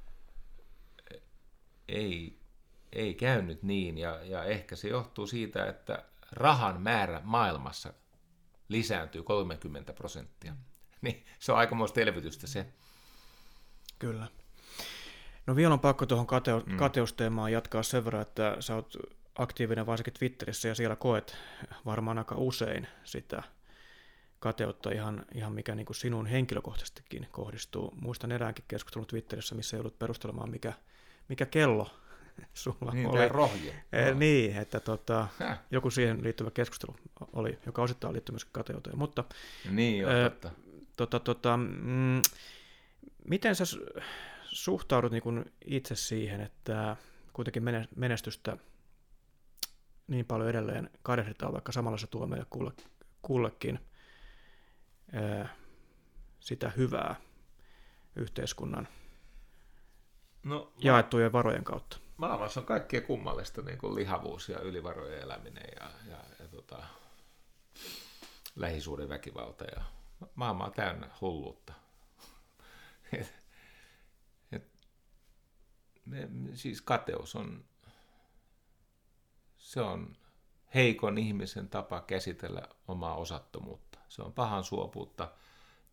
ei, ei käynyt niin. Ja, ja ehkä se johtuu siitä, että rahan määrä maailmassa lisääntyy kolmekymmentä prosenttia. Niin se on aikamoista elvytystä se. Kyllä. No vielä on pakko tuohon kateu- mm. kateusteemaan jatkaa sen verran, että sä oot aktiivinen varsinkin Twitterissä ja siellä koet varmaan aika usein sitä kateutta ihan, ihan mikä niin kuin sinun henkilökohtaisestikin kohdistuu. Muistan eräänkin keskustelun Twitterissä, missä joudut perustelemaan, mikä, mikä kello sulla niin, oli. Rohje. E, niin, että tota, joku siihen liittyvä keskustelu oli, joka osittain liittyy myös kateuteen. Mutta, niin, joo, ää, totta. Tota, tota, mm, miten sä suhtaudut niin kuin itse siihen, että kuitenkin menestystä niin paljon edelleen kadehditaan, vaikka samalla se tuo meille kulle, kullekin ää, sitä hyvää yhteiskunnan no, jaettujen varojen kautta? Maailmassa on kaikkea kummallista, niin kuin lihavuus ja ylivarojen eläminen ja, ja, ja tota, lähisuuden väkivalta. Ja maailma on täynnä hulluutta. et, et, me, siis kateus on, se on heikon ihmisen tapa käsitellä omaa osattomuutta. Se on pahan suopuutta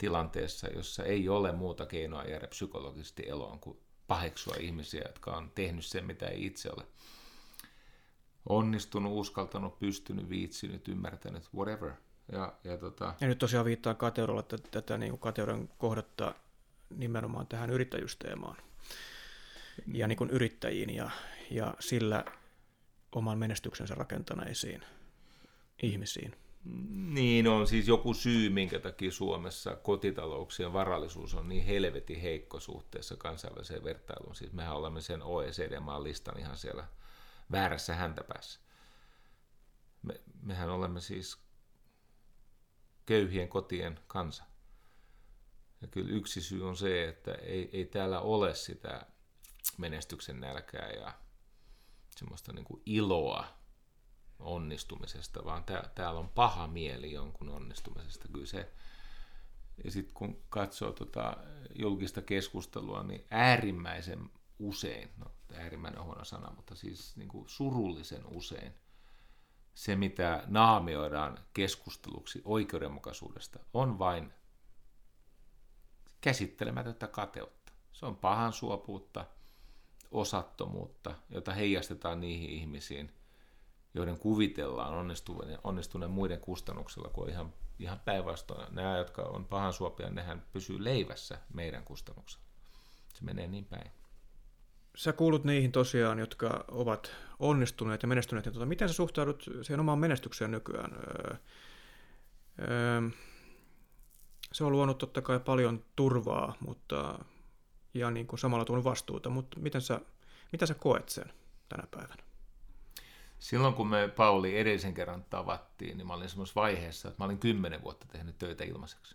tilanteessa, jossa ei ole muuta keinoa jäädä psykologisesti eloon kuin paheksua ihmisiä, jotka on tehnyt sen, mitä ei itse ole onnistunut, uskaltanut, pystynyt, viitsinyt, ymmärtänyt, whatever. Ja, ja, tota... ja nyt tosiaan viittaan kateudella, että tätä niin kateuden kohdattaa nimenomaan tähän yrittäjyysteemaan mm. ja niin kuin yrittäjiin ja, ja sillä oman menestyksensä rakentaneisiin ihmisiin. Niin on siis joku syy, minkä takia Suomessa kotitalouksien varallisuus on niin helvetin heikko suhteessa kansainväliseen vertailuun. Siis mehän olemme sen O E C D-maan listan ihan siellä väärässä häntäpäässä. Me, mehän olemme siis köyhien kotien kansa. Ja kyllä yksi syy on se, että ei, ei täällä ole sitä menestyksen nälkää ja semmoista niin kuin iloa onnistumisesta, vaan tää, täällä on paha mieli jonkun onnistumisesta. Kyllä se, ja sitten kun katsoo tota julkista keskustelua, niin äärimmäisen usein, no äärimmäinen huono sana, mutta siis niin kuin surullisen usein, se mitä naamioidaan keskusteluksi oikeudenmukaisuudesta, on vain käsittelemätöntä kateutta. Se on pahan suopuutta, osattomuutta, jota heijastetaan niihin ihmisiin, joiden kuvitellaan onnistuneen, onnistuneen muiden kustannuksella, kun on ihan, ihan päinvastoin. Nämä, jotka on pahan suopia, nehän pysyy leivässä meidän kustannuksella. Se menee niin päin. Sä kuulut niihin tosiaan, jotka ovat onnistuneet ja menestyneet. Ja tuota, miten sä suhtaudut siihen omaan menestykseen nykyään? Öö, öö, se on luonut totta kai paljon turvaa, mutta ja niin kuin samalla tuonut vastuuta, mutta miten sä, mitä sä koet sen tänä päivänä? Silloin kun me Pauli edellisen kerran tavattiin, niin mä olin semmoisessa vaiheessa, että mä olin kymmenen vuotta tehnyt töitä ilmaiseksi.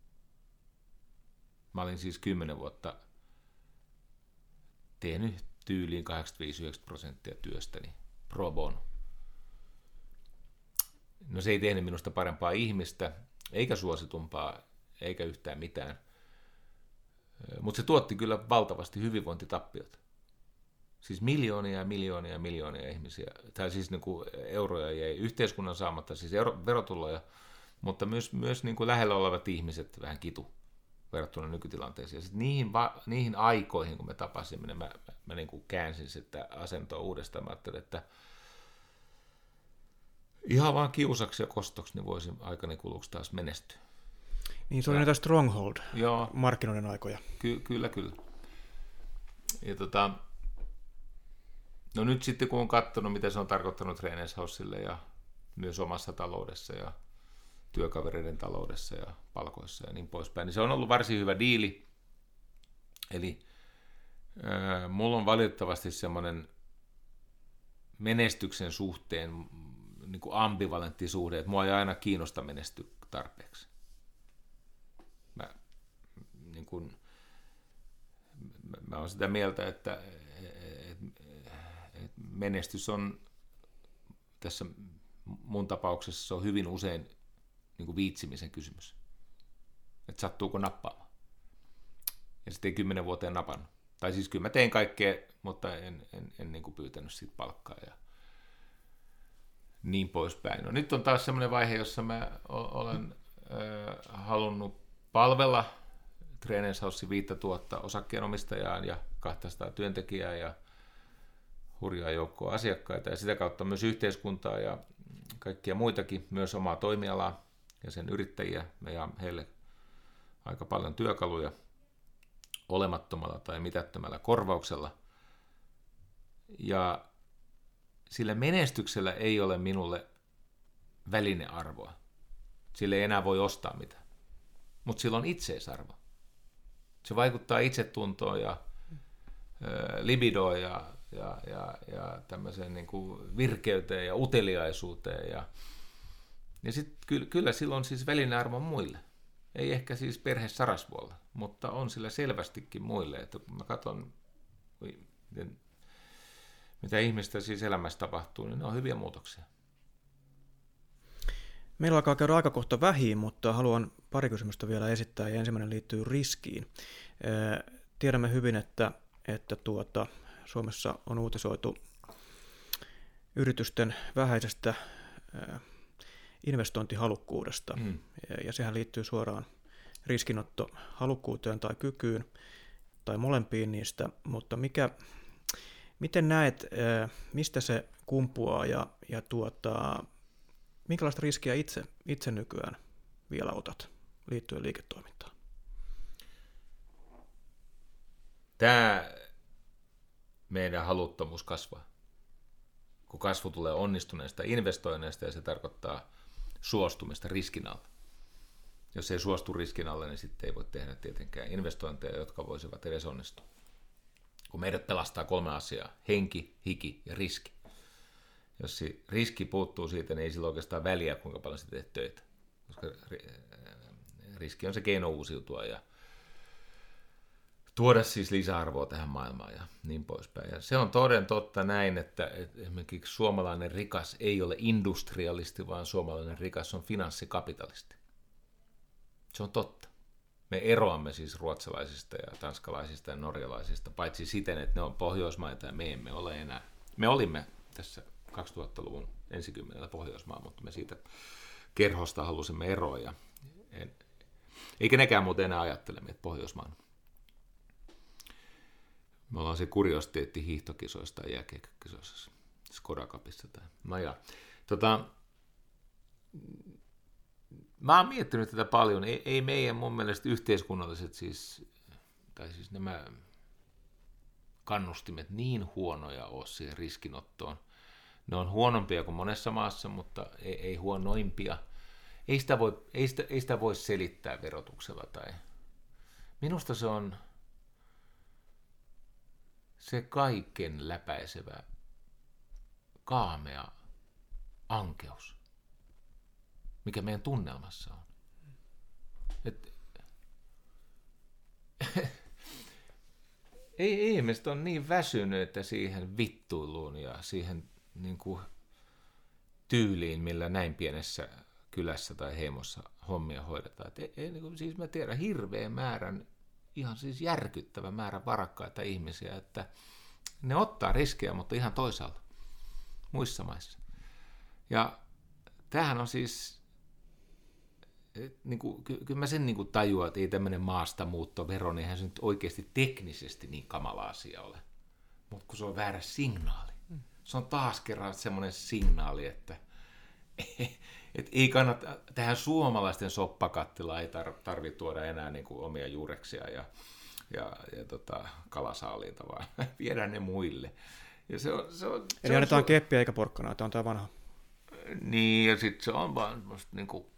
Mä olin siis kymmenen vuotta tehnyt tyyliin kahdeksankymmentäviisi yhdeksänkymmentä prosenttia työstäni pro bono. No se ei tehnyt minusta parempaa ihmistä, eikä suositumpaa, eikä yhtään mitään. Mutta se tuotti kyllä valtavasti hyvinvointitappiota. Siis miljoonia ja miljoonia ja miljoonia ihmisiä, tai siis niin kuin euroja jäi yhteiskunnan saamatta, siis euro, verotuloja, mutta myös, myös niin kuin lähellä olevat ihmiset vähän kitu verrattuna nykytilanteeseen. Sitten niihin, va, niihin aikoihin, kun me tapasimme, niin mä, mä, mä niin kuin käänsin sitä asentoa uudestaan. Mä ajattelin, että ihan vaan kiusaksi ja kostoksi niin voisin aikani kuluksi taas menestyä. Niin se oli näitä stronghold joo, markkinoiden aikoja. Ky- kyllä, kyllä. Ja tota, no nyt sitten kun on katsonut, mitä se on tarkoittanut Renes Houselle ja myös omassa taloudessa ja työkavereiden taloudessa ja palkoissa ja niin poispäin, niin se on ollut varsin hyvä diili. Eli äh, mulla on valitettavasti semmoinen menestyksen suhteen niin kuin ambivalentti suhde, että mua ei aina kiinnosta menestyä tarpeeksi. Mä, niin kuin, mä, mä olen sitä mieltä, että et, et menestys on tässä mun tapauksessa se on hyvin usein niin kuin viitsimisen kysymys. Että sattuuko nappaamaan. Ja sitten ei kymmenen vuoteen napannut. Tai siis kyllä mä tein kaikkea, mutta en, en, en niin kuin pyytänyt siitä palkkaa ja niin poispäin. No nyt on taas semmoinen vaihe, jossa mä olen äh, halunnut palvella Renes Housen viisituhatta osakkeenomistajaa ja kaksisataa työntekijää ja hurjaa joukkoa asiakkaita ja sitä kautta myös yhteiskuntaa ja kaikkia muitakin, myös omaa toimialaa ja sen yrittäjiä. Me jaamme heille aika paljon työkaluja olemattomalla tai mitättömällä korvauksella. Ja sillä menestyksellä ei ole minulle välinearvoa. Sillä ei enää voi ostaa mitään. Mutta sillä on itseisarvo. Se vaikuttaa itsetuntoon ja ö, libidoon ja, ja, ja, ja tämmöiseen niin kuin virkeyteen ja uteliaisuuteen. Ja, ja sitten ky, kyllä sillä on siis välinearvo muille. Ei ehkä siis perhe Sarasvuolla, mutta on sillä selvästikin muille. Että kun mä katson, miten, mitä ihmistä siis elämässä tapahtuu, niin ne on hyviä muutoksia. Meillä alkaa käydä aika kohta vähiin, mutta haluan pari kysymystä vielä esittää, ja ensimmäinen liittyy riskiin. Tiedämme hyvin, että, että tuota, Suomessa on uutisoitu yritysten vähäisestä investointihalukkuudesta, mm. ja sehän liittyy suoraan riskinotto halukkuuteen tai kykyyn tai molempiin niistä, mutta mikä, miten näet, mistä se kumpuaa ja, ja tuota, minkälaista riskiä itse, itse nykyään vielä otat liittyen liiketoimintaan? Tämä meidän haluttomuus kasvaa. Kun kasvu tulee onnistuneesta investoinneista ja se tarkoittaa suostumista riskin alle. Jos ei suostu riskin alle, niin sitten ei voi tehdä tietenkään investointeja, jotka voisivat edes onnistua. Kun meidät pelastaa kolme asiaa, henki, hiki ja riski. Jos se riski puuttuu siitä, niin ei sillä oikeastaan väliä, kuinka paljon sä teet töitä. Koska riski on se keino uusiutua ja tuoda siis lisäarvoa tähän maailmaan ja niin poispäin. Ja se on toden totta näin, että esimerkiksi suomalainen rikas ei ole industrialisti, vaan suomalainen rikas on finanssikapitalisti. Se on totta. Me eroamme siis ruotsalaisista ja tanskalaisista ja norjalaisista, paitsi siten, että ne on Pohjoismaita ja me emme ole enää. Me olimme tässä kaksituhattaluvun ensikymmenellä Pohjoismaa, mutta me siitä kerhosta halusimme eroa. Ja en, eikä nekään muuten enää ajattele meitä Pohjoismaan. Me ollaan se kuriositeetti hiihtokisoista ja jääkiekkokisoissa, Skoda Cupissa. No ja, tota, mä oon miettinyt tätä paljon. Ei, ei meidän mun mielestä yhteiskunnalliset siis, tai siis nämä kannustimet niin huonoja ole siihen riskinottoon. Ne on huonompia kuin monessa maassa, mutta ei, ei huonoimpia. Ei sitä, voi, ei, sitä, ei sitä voi selittää verotuksella. Tai. Minusta se on se kaiken läpäisevä, kaamea ankeus, mikä meidän tunnelmassa on. Et, ei ihmiset on niin väsyneitä siihen vittuiluun ja siihen niin kuin, tyyliin, millä näin pienessä kylässä tai heimossa hommia hoidetaan. Et ei, ei, niin kuin, siis mä tiedän hirveän määrän, ihan siis järkyttävä määrä varakkaita ihmisiä, että ne ottaa riskejä, mutta ihan toisaalla, muissa maissa. Ja tämähän on siis, niin kuin, kyllä mä sen niin kuin tajuan, että ei tämmöinen maastamuuttovero, niin eihän se nyt oikeasti teknisesti niin kamala asia ole. Mutta kun se on väärä signaali. Se on taas kerran semmoinen signaali, että et ei kannata, tähän suomalaisten soppakattilaan ei tarvitse tuoda enää niin kuin omia juureksia ja, ja, ja tota, kalasaaliita, vaan viedään ne muille. Ja se on, se on, Eli se annetaan su- keppiä eikä porkkanaa, tämä on tämä vanha. Niin, ja sitten se on vaan niin kuin,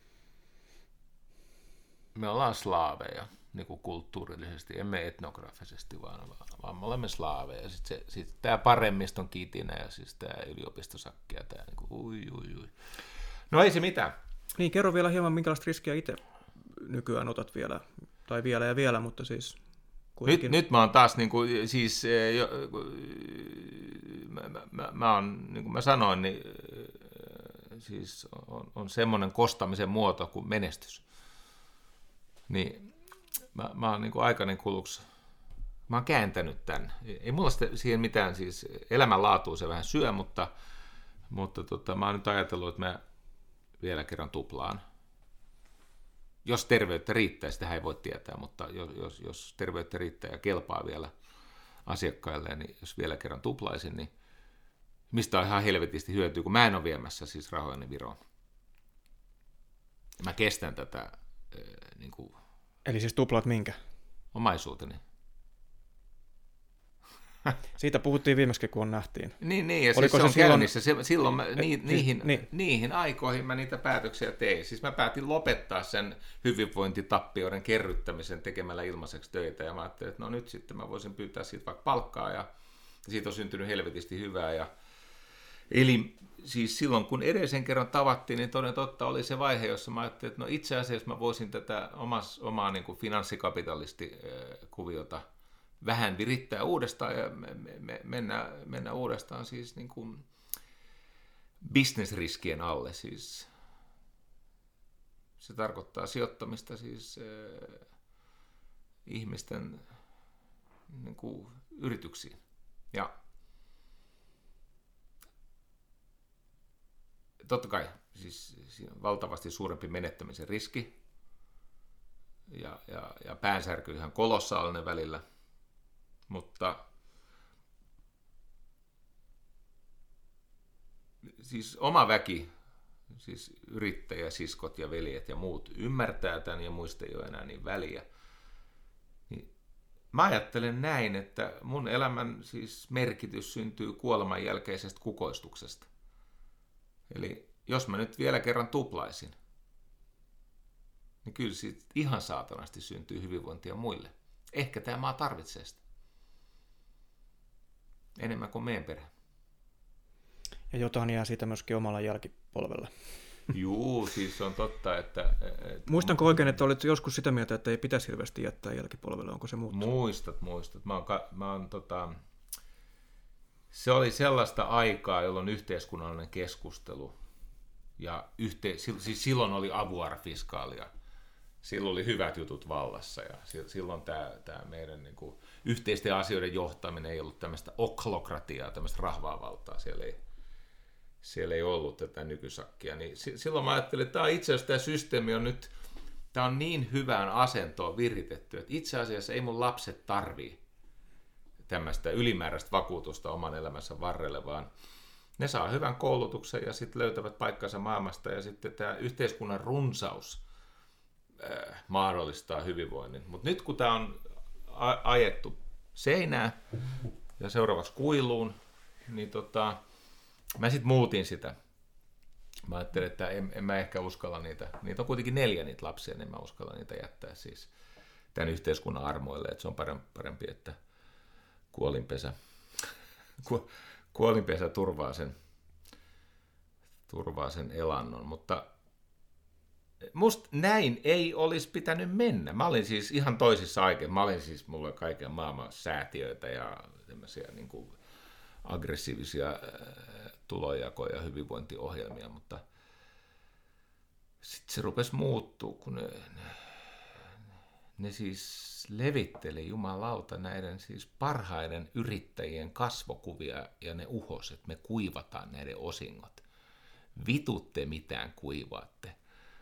me ollaan slaaveja niin kuin kulttuurillisesti, emme etnografisesti, vaan, vaan me olemme slaaveja. Sitten sit tämä paremmiston kitinä ja siis tämä yliopistosakki ja tämä niin kuin, ui, ui, ui. No ei se mitään. Niin, kerro vielä hieman, minkälaista riskiä itse nykyään otat vielä, tai vielä ja vielä, mutta siis Nyt, nyt mä oon taas, niin kuin, siis, jo, mä, mä, mä, oon, niin kuin mä sanoin, niin, siis on, on semmoinen kostamisen muoto kuin menestys. Niin mä, mä oon niin kuin aikainen kuluksi, mä oon kääntänyt tämän. Ei mulla siihen mitään, siis elämänlaatua se vähän syö, mutta, mutta tota, mä oon nyt ajatellut, että mä vielä kerran tuplaan. Jos terveyttä riittää, sitä ei voi tietää, mutta jos, jos, jos terveyttä riittää ja kelpaa vielä asiakkaille, niin jos vielä kerran tuplaisin, niin mistä on ihan helvetisti hyötyä, kun mä en ole viemässä siis rahojani Viroon. Mä kestän tätä niin kuin, Eli siis tuplaat minkä? omaisuuteni. Siitä puhuttiin viimeksi, kun nähtiin. Niin, niin ja Oliko siis se on se silloin- käynnissä. Se, silloin mä, ni, siis- niihin, niin. niihin aikoihin mä niitä päätöksiä tein. Siis mä päätin lopettaa sen hyvinvointitappioiden kerryttämisen tekemällä ilmaiseksi töitä. Ja mä ajattelin, että no nyt sitten mä voisin pyytää siitä vaikka palkkaa. Ja siitä on syntynyt helvetisti hyvää. Ja, eli siis silloin, kun edellisen kerran tavattiin, niin toden totta oli se vaihe, jossa mä ajattelin, että no itse asiassa mä voisin tätä omas, omaa niin kuin finanssikapitalistikuvioita vähän virittää uudestaan ja me, me, mennä, mennä uudestaan siis niin kuin business-riskien alle. Siis se tarkoittaa sijoittamista siis äh, ihmisten niin kuin yrityksiin. Ja totta kai siis siinä on valtavasti suurempi menettämisen riski. ja, ja, ja päänsärky ihan kolossaalinen välillä, mutta siis oma väki, siis yrittäjäsiskot ja veljet ja muut ymmärtää tämän ja muista ei ole enää niin väliä. Niin mä ajattelen näin, että mun elämän siis merkitys syntyy kuoleman jälkeisestä kukoistuksesta. Eli jos mä nyt vielä kerran tuplaisin, niin kyllä siitä ihan saatanasti syntyy hyvinvointia muille. Ehkä tämä maa tarvitsee sitä. Enemmän kuin meidän perhe. Ja jotain jää siitä myöskin omalla jälkipolvella. Juu, siis on totta, että... että Muistanko oikein, että olit joskus sitä mieltä, että ei pitäisi hirveästi jättää jälkipolvelle? Onko se muuttunut? Muistat, muistat. Mä oon, mä oon, tota... Se oli sellaista aikaa, jolloin yhteiskunnallinen keskustelu ja yhte... siis silloin oli avoir-fiskaalia. Silloin oli hyvät jutut vallassa ja silloin tämä, tämä meidän niin kuin, yhteisten asioiden johtaminen ei ollut tämmöistä oklokratiaa, tämmöistä rahvaavaltaa. Siellä ei, siellä ei ollut tätä nykysakkia. Niin silloin mä ajattelin, että tämä itse asiassa tämä systeemi on nyt, tämä on niin hyvään asentoon viritetty, että itse asiassa ei mun lapset tarvii tämmöistä ylimääräistä vakuutusta oman elämänsä varrelle, vaan ne saa hyvän koulutuksen ja sitten löytävät paikkansa maailmasta ja sitten tämä yhteiskunnan runsaus mahdollistaa hyvinvoinnin. Mutta nyt kun tämä on a- ajettu seinään ja seuraavaksi kuiluun, niin tota, mä sitten muutin sitä. Mä ajattelin, että en, en mä ehkä uskalla niitä, niitä on kuitenkin neljä niitä lapsia, niin en mä uskalla niitä jättää siis tämän yhteiskunnan armoille, että se on parempi, parempi että kuolinpesä, ku, kuolinpesä turvaa sen, turvaa sen elannon, mutta musta näin ei olisi pitänyt mennä. Mä olin siis ihan toisissa aikeissa. Mä olin siis, mulla oli kaiken maailman säätiöitä ja tämmöisiä niin kuin aggressiivisia tulonjakoja ja hyvinvointiohjelmia, mutta sitten se rupesi muuttua, kun ne, ne, ne siis levitteli jumalauta näiden siis parhaiden yrittäjien kasvokuvia ja ne uhos, että me kuivataan näiden osingot. Vitutte mitään kuivaatte.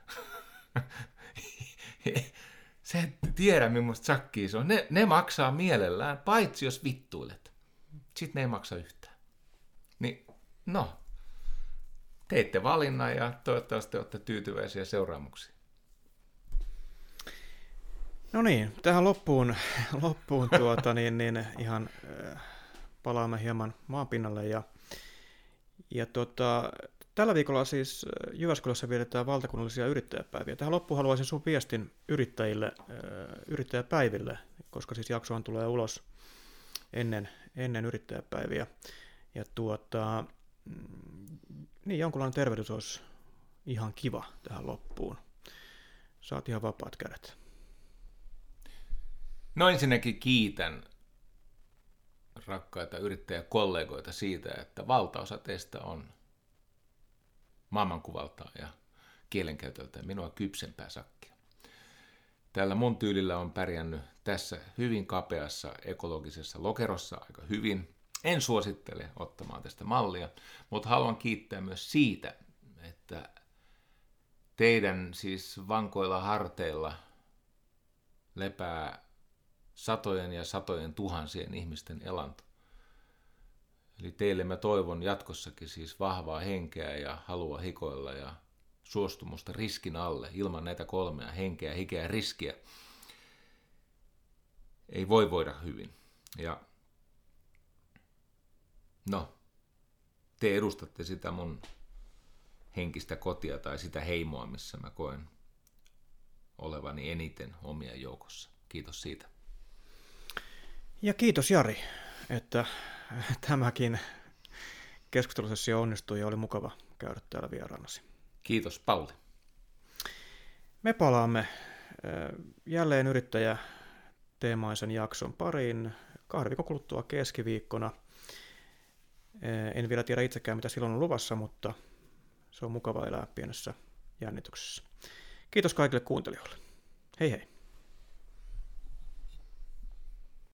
Sä et tiedä, millaista sakkia se on. Ne, ne maksaa mielellään, paitsi jos vittuilet. Sitten ne ei maksa yhtään. Niin, no, teitte valinnan ja toivottavasti olette tyytyväisiä seuraamuksiin. No niin, tähän loppuun, loppuun tuota, niin, niin ihan äh, palaamme hieman maanpinnalle. Ja, ja tuota, tällä viikolla siis Jyväskylässä vietetään valtakunnallisia yrittäjäpäiviä. Tähän loppuun haluaisin sun viestin yrittäjille, äh, yrittäjäpäiville, koska siis jaksohan tulee ulos ennen, ennen yrittäjäpäiviä. Ja tuota, niin jonkunlainen tervehdys olisi ihan kiva tähän loppuun. Saat ihan vapaat kädet. No ensinnäkin kiitän rakkaita yrittäjäkollegoita siitä, että valtaosa teistä on maailmankuvaltaan ja kielenkäytöltään minua kypsempää sakkia. Tällä mun tyylillä on pärjännyt tässä hyvin kapeassa ekologisessa lokerossa aika hyvin. En suosittele ottamaan tästä mallia, mutta haluan kiittää myös siitä, että teidän siis vankoilla harteilla lepää satojen ja satojen tuhansien ihmisten elanto. Eli teille mä toivon jatkossakin siis vahvaa henkeä ja halua hikoilla ja suostumusta riskin alle. Ilman näitä kolmea, henkeä, hikeä ja riskiä, ei voi voida hyvin. Ja no, te edustatte sitä mun henkistä kotia tai sitä heimoa, missä mä koen olevani eniten omia joukossa. Kiitos siitä. Ja kiitos Jari, että tämäkin keskustelusessio onnistui ja oli mukava käydä täällä vieraanasi. Kiitos Pauli. Me palaamme jälleen yrittäjäteemaisen jakson pariin kahden viikon kuluttua keskiviikkona. En vielä tiedä itsekään, mitä silloin on luvassa, mutta se on mukava elää pienessä jännityksessä. Kiitos kaikille kuuntelijoille. Hei hei.